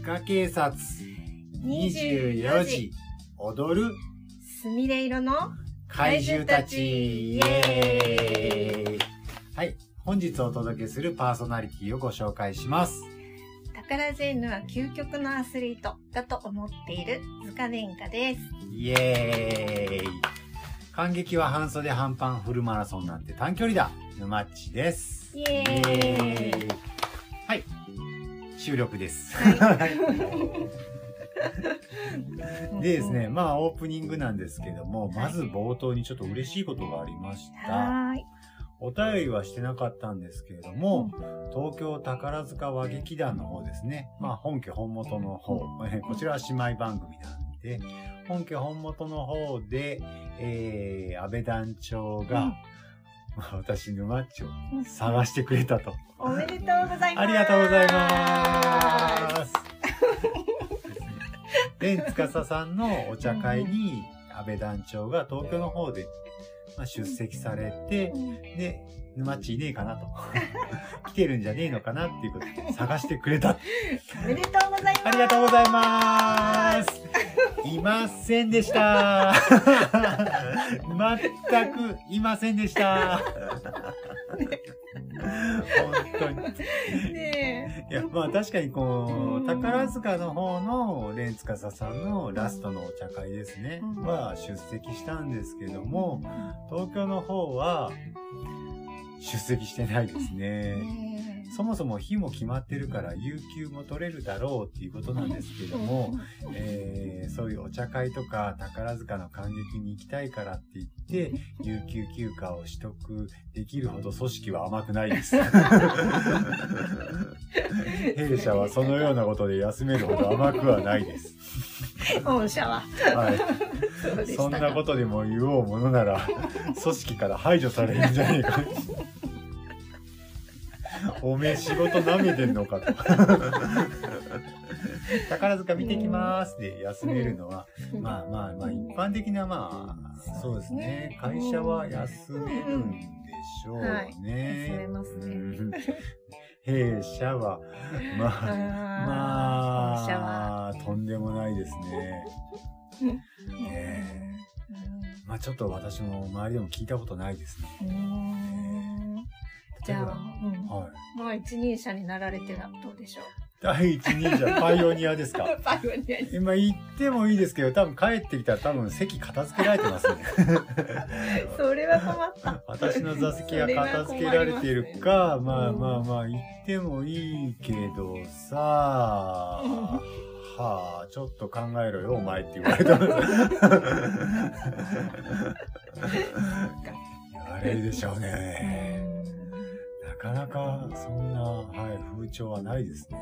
科警察24時踊るすみれ色の怪獣たち、イエーイ。はい、本日お届けするパーソナリティをご紹介します。 タカラジェンヌは究極のアスリートだと思っている塚殿下です。 イエーイ。感激は半袖半パンフルマラソンなんて短距離だ、沼っちです。 イエーイ。 はい、収録です。 はいでですね、まあオープニングなんですけども、まず冒頭にちょっと嬉しいことがありました。 はい。 お便りはしてなかったんですけれども、東京宝塚和劇団の方ですね。まあ本家本元の方、こちらは姉妹番組なんで、本家本元の方で、安倍団長が、私沼っちを探してくれたと。 おめでとうございます。 ありがとうございます。蓮司さんのお茶会に安倍団長が東京の方で出席されて、で、沼っちいねえかなと。来てるんじゃねえのかなっていうことで探してくれた。 おめでとうございます。 ありがとうございます。いませんでした。全くいませんでした。本当に。 ねいや、まあ確かにこう、宝塚の方の蓮司さんのラストのお茶会ですね、は出席したんですけども、東京の方は出席してないですね。そもそも日も決まってるから有給も取れるだろうっていうことなんですけども、そういうお茶会とか宝塚の感激に行きたいからって言って有給休暇を取得できるほど組織は甘くないです。弊社はそのようなことで休めるほど甘くはないです。 本社は。 はい。そんなことでも言おうものなら組織から排除されるんじゃねえか。おめえ仕事舐めてんのかと。宝塚見てきますで休めるのは、まあ一般的なそうですね。会社は休めるんでしょうね。 はい、休めますね。 弊社は本社はとんでもないですね。ちょっと私も周りでも聞いたことないですね。 じゃあ、一人者になられてはどうでしょう。 第一人者、パイオニアですか。 パイオニア。 今言ってもいいですけど、多分帰ってきたら多分席片付けられてますね。 それは困った。 私の座席が片付けられているか、言ってもいいけどさ、ちょっと考えろよ、お前って言われた。言われるでしょうね。なかなかそんな、風潮はないですね。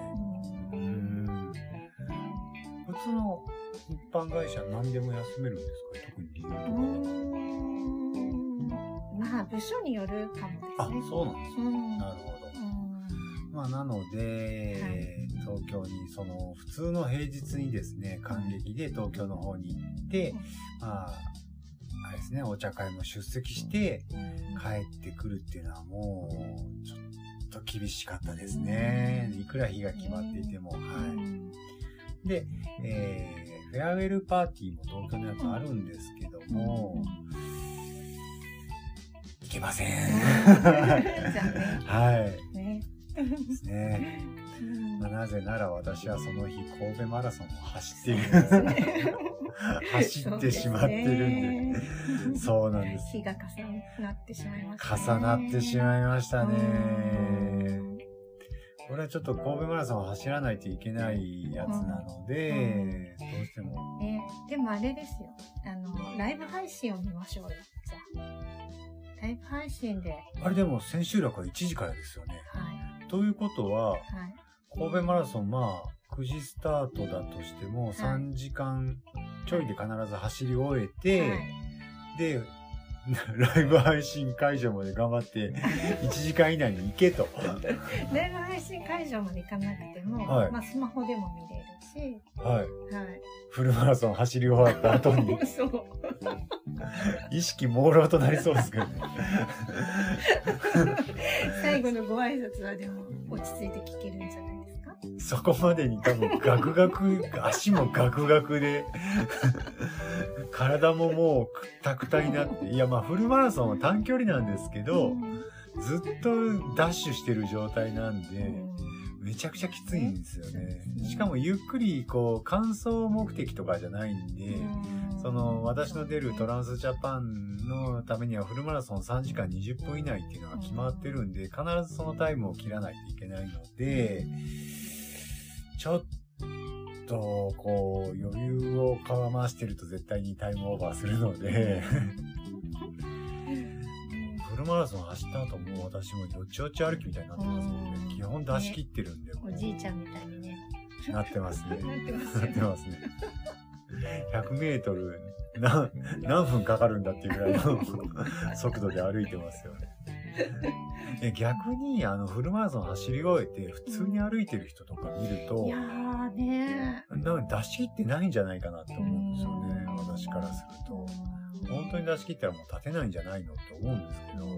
普通の一般会社何でも休めるんですか？特に理由とか。 部署によるかもですね。 あ、そうなんですね。なるほど。なので、東京に普通の平日にですね、感激で東京の方に行って、あれですね、お茶会も出席して帰ってくるっていうのはもうちょっと厳しかったですね。いくら日が決まっていても。で、フェアウェルパーティーも東京のやつあるんですけども、行けません。はい。ですね。なぜなら私はその日神戸マラソンを走っている。走ってしまっているんで。そうなんです。 日が重なってしまいましたね。 重なってしまいましたね。これはちょっと神戸マラソンを走らないといけないやつなので、どうしても。 でもあれですよ。ライブ配信を見ましょうよ。じゃあ。ライブ配信で。 あれでも千秋楽は1時からですよね。ということは、神戸マラソン9時スタートだとしても3時間ちょいで必ず走り終えて、で、ライブ配信会場まで頑張って1時間以内に行けと。 ライブ配信会場まで行かなくても、スマホでも見れるし、 フルマラソン走り終わった後に意識朦朧となりそうですけどね。 最後のご挨拶はでも落ち着いて聞けるんじゃないですか。 そこまでに多分ガクガク、足もガクガクで、体ももうくったくたになって、いやまあフルマラソンは短距離なんですけど、ずっとダッシュしてる状態なんで、めちゃくちゃきついんですよね。しかもゆっくりこう完走目的とかじゃないんで、その私の出るトランスジャパンのためにはフルマラソン3時間20分以内っていうのが決まってるんで、必ずそのタイムを切らないといけないので、ちょっとこう余裕をかましてると絶対にタイムオーバーするのでフルマラソン走った後も私もよちよち歩きみたいになってますので、基本出し切ってるんで、 おじいちゃんみたいにねなってますね。 なってますね。100メートル何分かかるんだっていうぐらいの速度で歩いてますよね。逆にフルマラソン走り終えて普通に歩いてる人とか見ると、 いやーね出し切ってないんじゃないかなって思うんですよね、私からすると。本当に出し切ったらもう立てないんじゃないのって思うんですけど、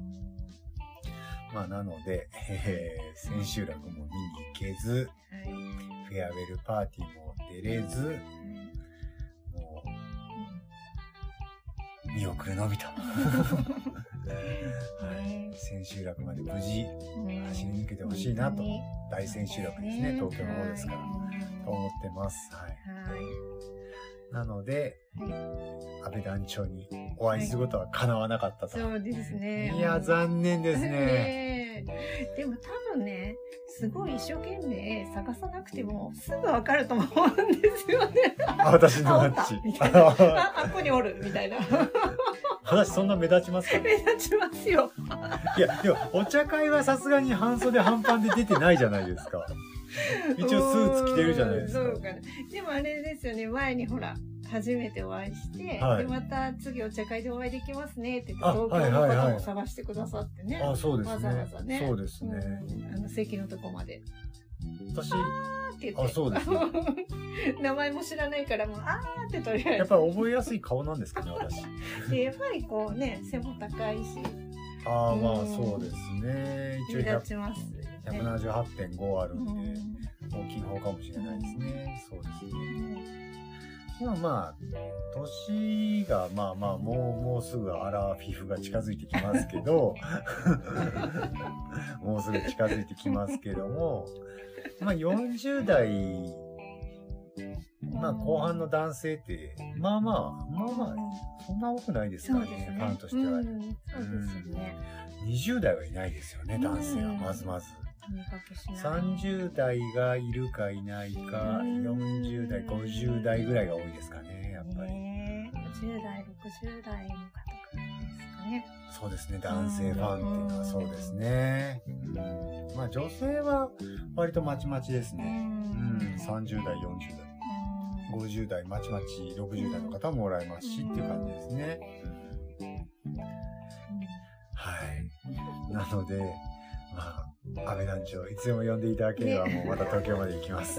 まあなので、千秋楽も見に行けず、フェアウェルパーティーも出れず、もう見送るのみと千秋楽まで無事走り抜けてほしいなと、大千秋楽ですね、東京の方ですから、と思ってます。はい。なので、安倍団長にお会いすることは叶わなかったと。 そうですね。 いや、残念ですね。 でも多分ね、すごい一生懸命探さなくてもすぐわかると思うんですよね。 私のマッチ。 あっこにおるみたいな。 私そんな目立ちますか？ 目立ちますよ。 いや、でもお茶会はさすがに半袖半パンで出てないじゃないですか。一応スーツ着てるじゃないですか。 そうかね。でもあれですよね、前にほら、初めてお会いして、 はい、 でまた次お茶会でお会いできますねって言って東京の方も探してくださってね。 そうですね。 わざわざね。 そうですね。 席のとこまで。 私、 って言って。 そうですね。 名前も知らないからもう、ってとりあえず。 やっぱり覚えやすい顔なんですかね、私。 で、やっぱりこうね、背も高いし。 まあそうですね。 一応 178.5 あるんで、大きい方かもしれないですね。そうですね。でもまあ、年がもうすぐアラフィフが近づいてきますけど、もうすぐ近づいてきますけども、まあ40代、後半の男性って、まあそんな多くないですからね、ファンとしては。 そうですね。 20代はいないですよね、男性は、まず。30代がいるかいないか、40代、50代ぐらいが多いですかね、やっぱり。 50代、60代の方ですかね。 そうですね、男性ファンっていうのはそうですね。まあ女性は割とまちまちですね。30代、40代。50代、まちまち、60代の方もおられますしっていう感じですね。はい。なので、安倍団長、いつでも呼んでいただければもうまた東京まで行きます。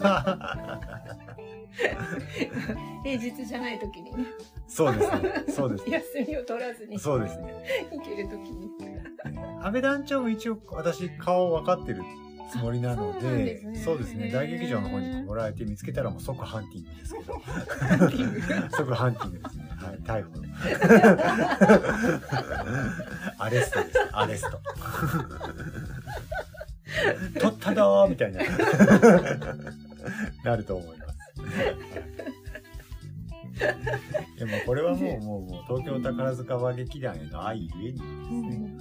平日じゃない時にね。 そうですね。そうですね。 休みを取らずに。 そうですね。 行ける時に。 安倍団長も一応私顔分かってるつもりなので、そうですね。大劇場の方に来られて見つけたらもう即ハンティングですけど。即ハンティングですね。はい、逮捕。アレストです。アレスト。取ったどーみたいな。なると思います。でもこれはもう東京宝塚話劇団への愛ゆえにですね。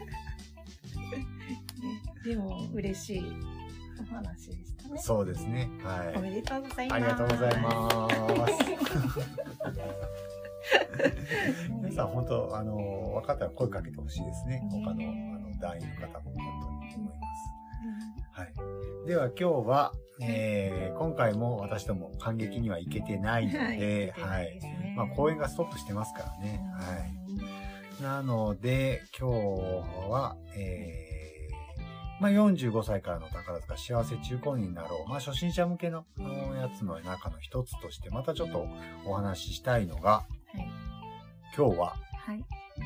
でも嬉しいお話でしたね。 そうですね。はい。 おめでとうございます。 ありがとうございます。皆さん本当分かったら声かけてほしいですね。他の団員の方も本当に思います。はい。では今日は、今回も私ども感激には行けてないので、はい。公演がストップしてますからね。はい。なので今日は、45歳からの宝塚幸せ中高年になろう。初心者向けのやつの中の一つとして、またちょっとお話ししたいのが、今日は、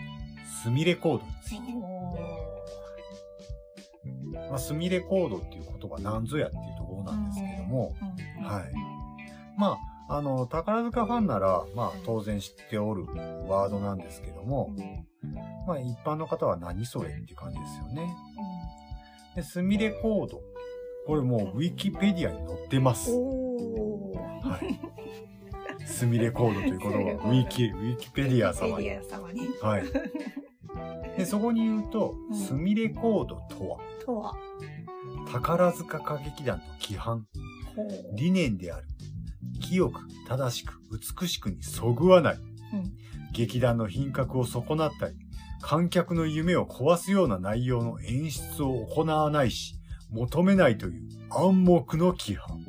スミレコードについて。スミレコードっていうことが何ぞやっていうところなんですけども、はい。まあ、宝塚ファンなら、まあ、当然知っておるワードなんですけども、まあ、一般の方は何それっていう感じですよね。で、スミレコード。これもう、ウィキペディアに載ってます。はい。スミレコードという言葉、ウィキペディア様に。はい。で、そこに言うと、スミレコードとは、宝塚歌劇団の規範、理念である、清く、正しく、美しくにそぐわない、劇団の品格を損なったり、観客の夢を壊すような内容の演出を行わないし、求めないという暗黙の規範。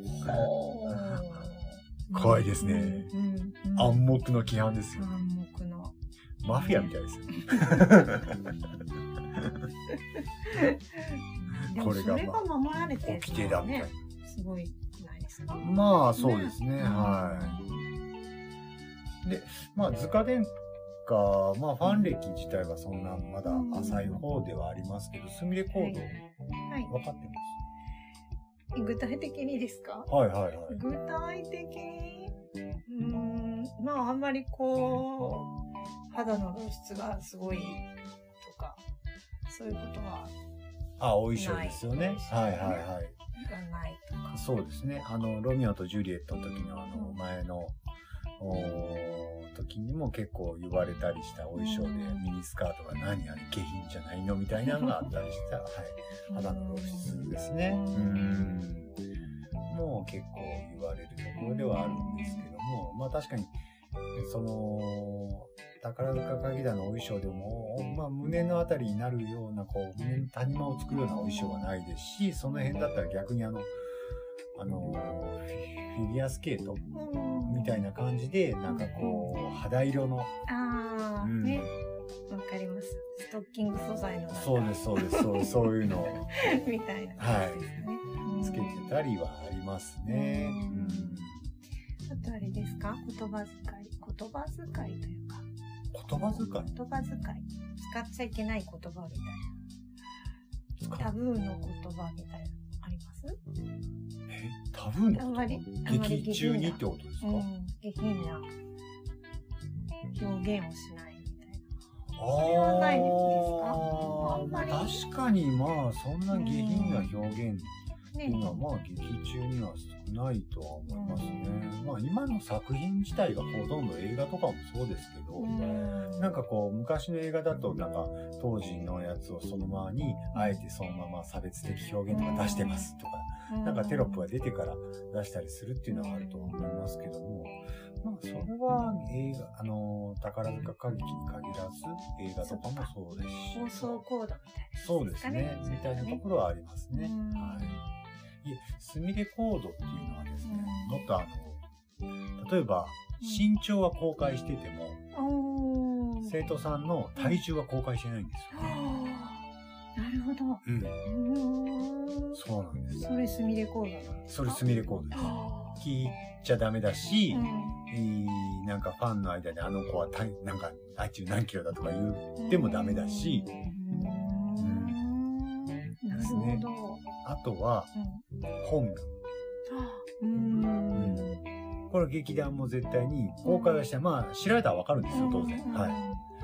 怖いですね。暗黙の規範ですよ。 暗黙の。 マフィアみたいですよ。これが守られてる。 掟だみたいな。 すごいないですか？ まあそうですね。はい。で、まあ図鑑殿下、まあファン歴自体はそんなまだ浅い方ではありますけど、スミレコード、分かってます？ 具体的にですか？ はいはいはい。 具体的に、まああんまりこう、肌の露出がすごいとか、そういうことは。 お衣装ですよね。はいはいはい。 がないとか。 そうですね。ロミオとジュリエットの時の前の、時にも結構言われたりしたお衣装でミニスカートが何あれ下品じゃないのみたいなのがあったりした、はい。肌の露出ですね。もう結構言われるところではあるんですけども、まあ確かに、宝塚歌劇団のお衣装でも、まあ胸のあたりになるような、こう、胸に谷間を作るようなお衣装はないですし、その辺だったら逆にフィギュアスケートみたいな感じで、なんかこう、肌色の。 ね。わかります。ストッキング素材の。 そうです、そうです、そういうのを。 みたいな感じですね。はい。つけてたりはありますね。 あとあれですか？言葉遣いというか。 言葉遣い？ 使っちゃいけない言葉みたいな。タブーの言葉みたいな。あります？ タブーの？あんまり劇中にってことですか？ 下品な表現をしないみたいな。 それはないですか？確かにまあそんな下品な表現っていうのはまあ劇中には少ないとは思いますね。まあ今の作品自体がほとんど映画とかもそうですけど、なんかこう昔の映画だとなんか当時のやつをそのままにあえてそのまま差別的表現とか出してますとか、なんかテロップが出てから出したりするっていうのはあると思いますけども、まあそれは映画、宝塚歌劇に限らず映画とかもそうですし。 放送コードみたいな。 そうですね。みたいなところはありますね。はい。スミレコードっていうのはですね、もっと例えば身長は公開してても、生徒さんの体重は公開してないんですよ。 なるほど。 そうなんです。 それスミレコードなんですか？ それスミレコードです。聞いちゃダメだし、なんかファンの間であの子はなんか体重何キロだとか言ってもダメだし、ですね。あとは、本名。これ劇団も絶対に公開はして、まあ調べたらわかるんですよ、当然。はい。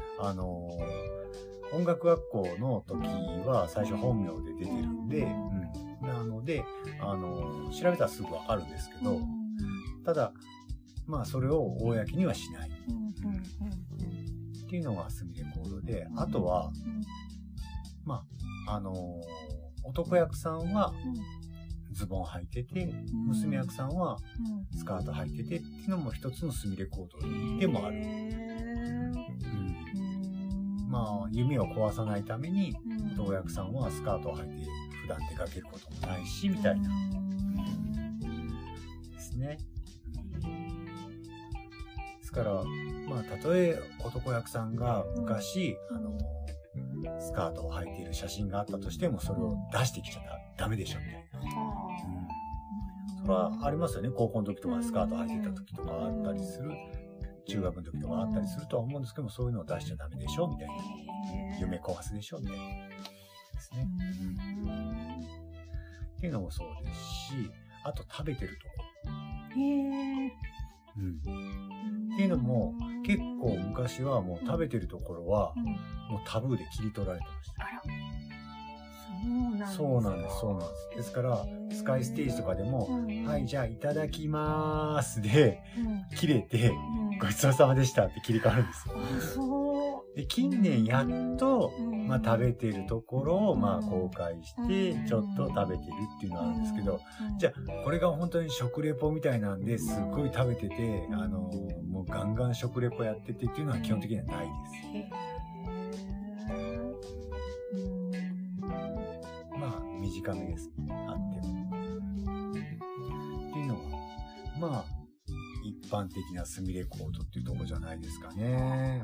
音楽学校の時は最初本名で出てるんで、なので、調べたらすぐわかるんですけど、ただ、まあそれを公にはしない。っていうのがスミレコードで、あとは、まあ、男役さんはズボン履いてて、娘役さんはスカート履いててっていうのも一つのスミレコードでもある。まあ、夢を壊さないために、男役さんはスカートを履いて普段出かけることもないし、みたいな。ですね。ですから、まあ、たとえ男役さんが昔、スカートを履いている写真があったとしても、それを出してきちゃダメでしょ、みたいな。それはありますよね。高校の時とかスカート履いてた時とかあったりする。中学の時とかあったりするとは思うんですけども、そういうのを出しちゃダメでしょ、みたいな。夢壊すでしょ、みたいな。ですね。ってっていうのもそうですし、あと食べてるところ。 へえ。 っていうのも、結構昔はもう食べてるところは、もうタブーで切り取られてました。 あら。そうなんですか。 そうなんです、そうなんです。ですから、スカイステージとかでも、はい、じゃあいただきまーすで、切れて、ごちそうさまでしたって切り替わるんですよ。 あ、そう。 で、近年やっと、まあ食べてるところをまあ公開して、ちょっと食べてるっていうのはあるんですけど、じゃあこれが本当に食レポみたいなんで、すっごい食べてて、もうガンガン食レポやっててっていうのは基本的にはないです。まあ短めです。あっても。っていうのは、まあ一般的なスミレコードっていうところじゃないですかね。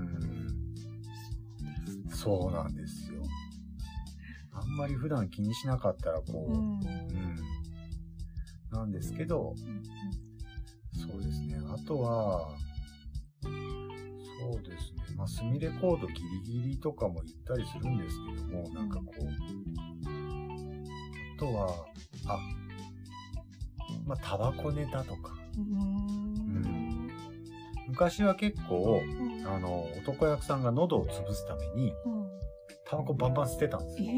そうなんですよ。あんまり普段気にしなかったらこう、なんですけど、そうですね。あとは、そうですね。まあ、スミレコードギリギリとかも言ったりするんですけども、なんかこう、あとは、まあ、タバコネタとか。昔は結構、男役さんが喉を潰すために、タバコバンバン吸ってたんですよ。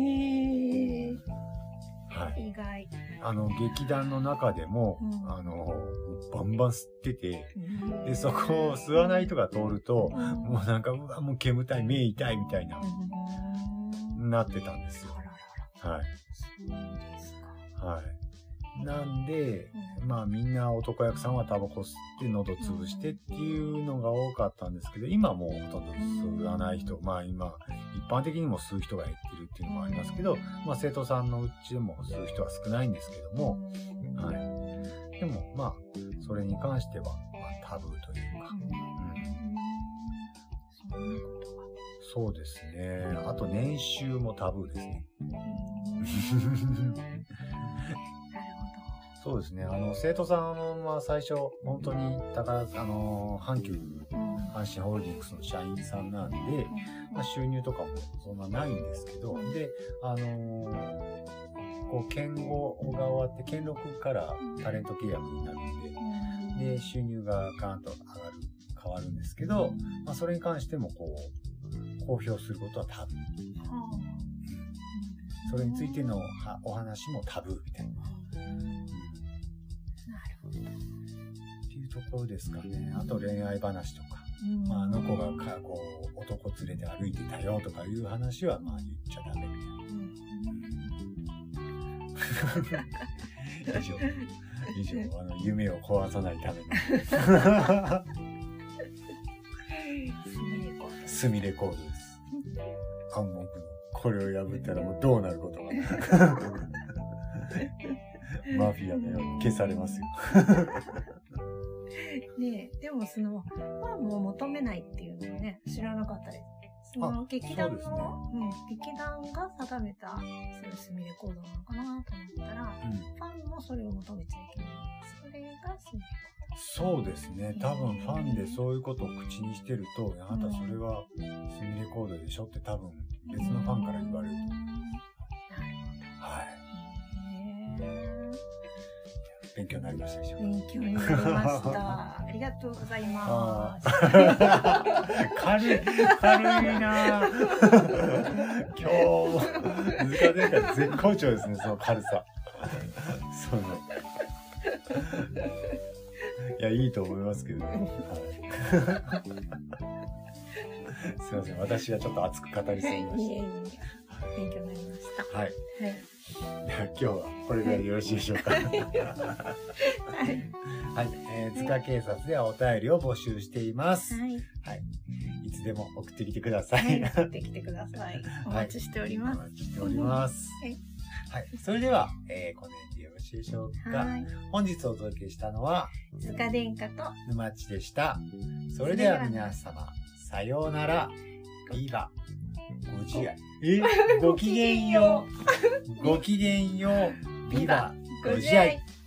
はい。 意外。 劇団の中でも、バンバン吸ってて、で、そこを吸わない人が通ると、もうなんか、うわ、もう煙たい、目痛いみたいな、なってたんですよ。はい。 そうですか。 はい。なんで、まあみんな男役さんはタバコ吸って喉潰してっていうのが多かったんですけど、今もうほとんど吸わない人、まあ今、一般的にも吸う人が減ってるっていうのもありますけど、まあ生徒さんのうちでも吸う人は少ないんですけども、はい。でもまあ、それに関しては、まあタブーというか、そうですね。あと年収もタブーですね。そうですね。生徒さんは最初、本当に、阪急、阪神ホールディングスの社員さんなんで、まあ、収入とかもそんなないんですけど、で、こう、剣後が終わって、剣6からタレント契約になるんで、で、収入がガーンと変わるんですけど、まあ、それに関しても、こう、公表することはタブー。それについてのお話もタブーみたいな。っていうところですかね。あと恋愛話とか、まあ子がこう男連れて歩いてたよとかいう話はまあ言っちゃダメみたいな。以上夢を壊さないためのスミレコードです。暗黙のこれを破ったらもうどうなることか。マフィアのように消されますよ。 ねえ、でもファンも求めないっていうのはね、知らなかったです。その劇団の、劇団が定めた、そういうスミレコードなのかなと思ったら、ファンもそれを求めちゃいけない。それがスミレコード。 そうですね。多分ファンでそういうことを口にしてると、あなたそれはスミレコードでしょって多分別のファンから言われると思います。はい。勉強になりましたでしょうか。 勉強になりました。ありがとうございます。 軽いな今日も前回絶好調ですね、その軽さ。いや、いいと思いますけどね。すいません、私がちょっと熱く語りすぎました。 勉強になりました。 はい。今日はこれぐらいでよろしいでしょうか。はい。塚警察ではお便りを募集しています。はい。いつでも送ってきてください。 送ってきてください。お待ちしております。 お待ちしております。はい。それでは、この辺でよろしいでしょうか。本日お届けしたのは、 塚殿下と沼っちでした。それでは皆様、さようなら。ビバ。ご自愛。ごきげんよう。ごきげんよう。ビバ。ご自愛。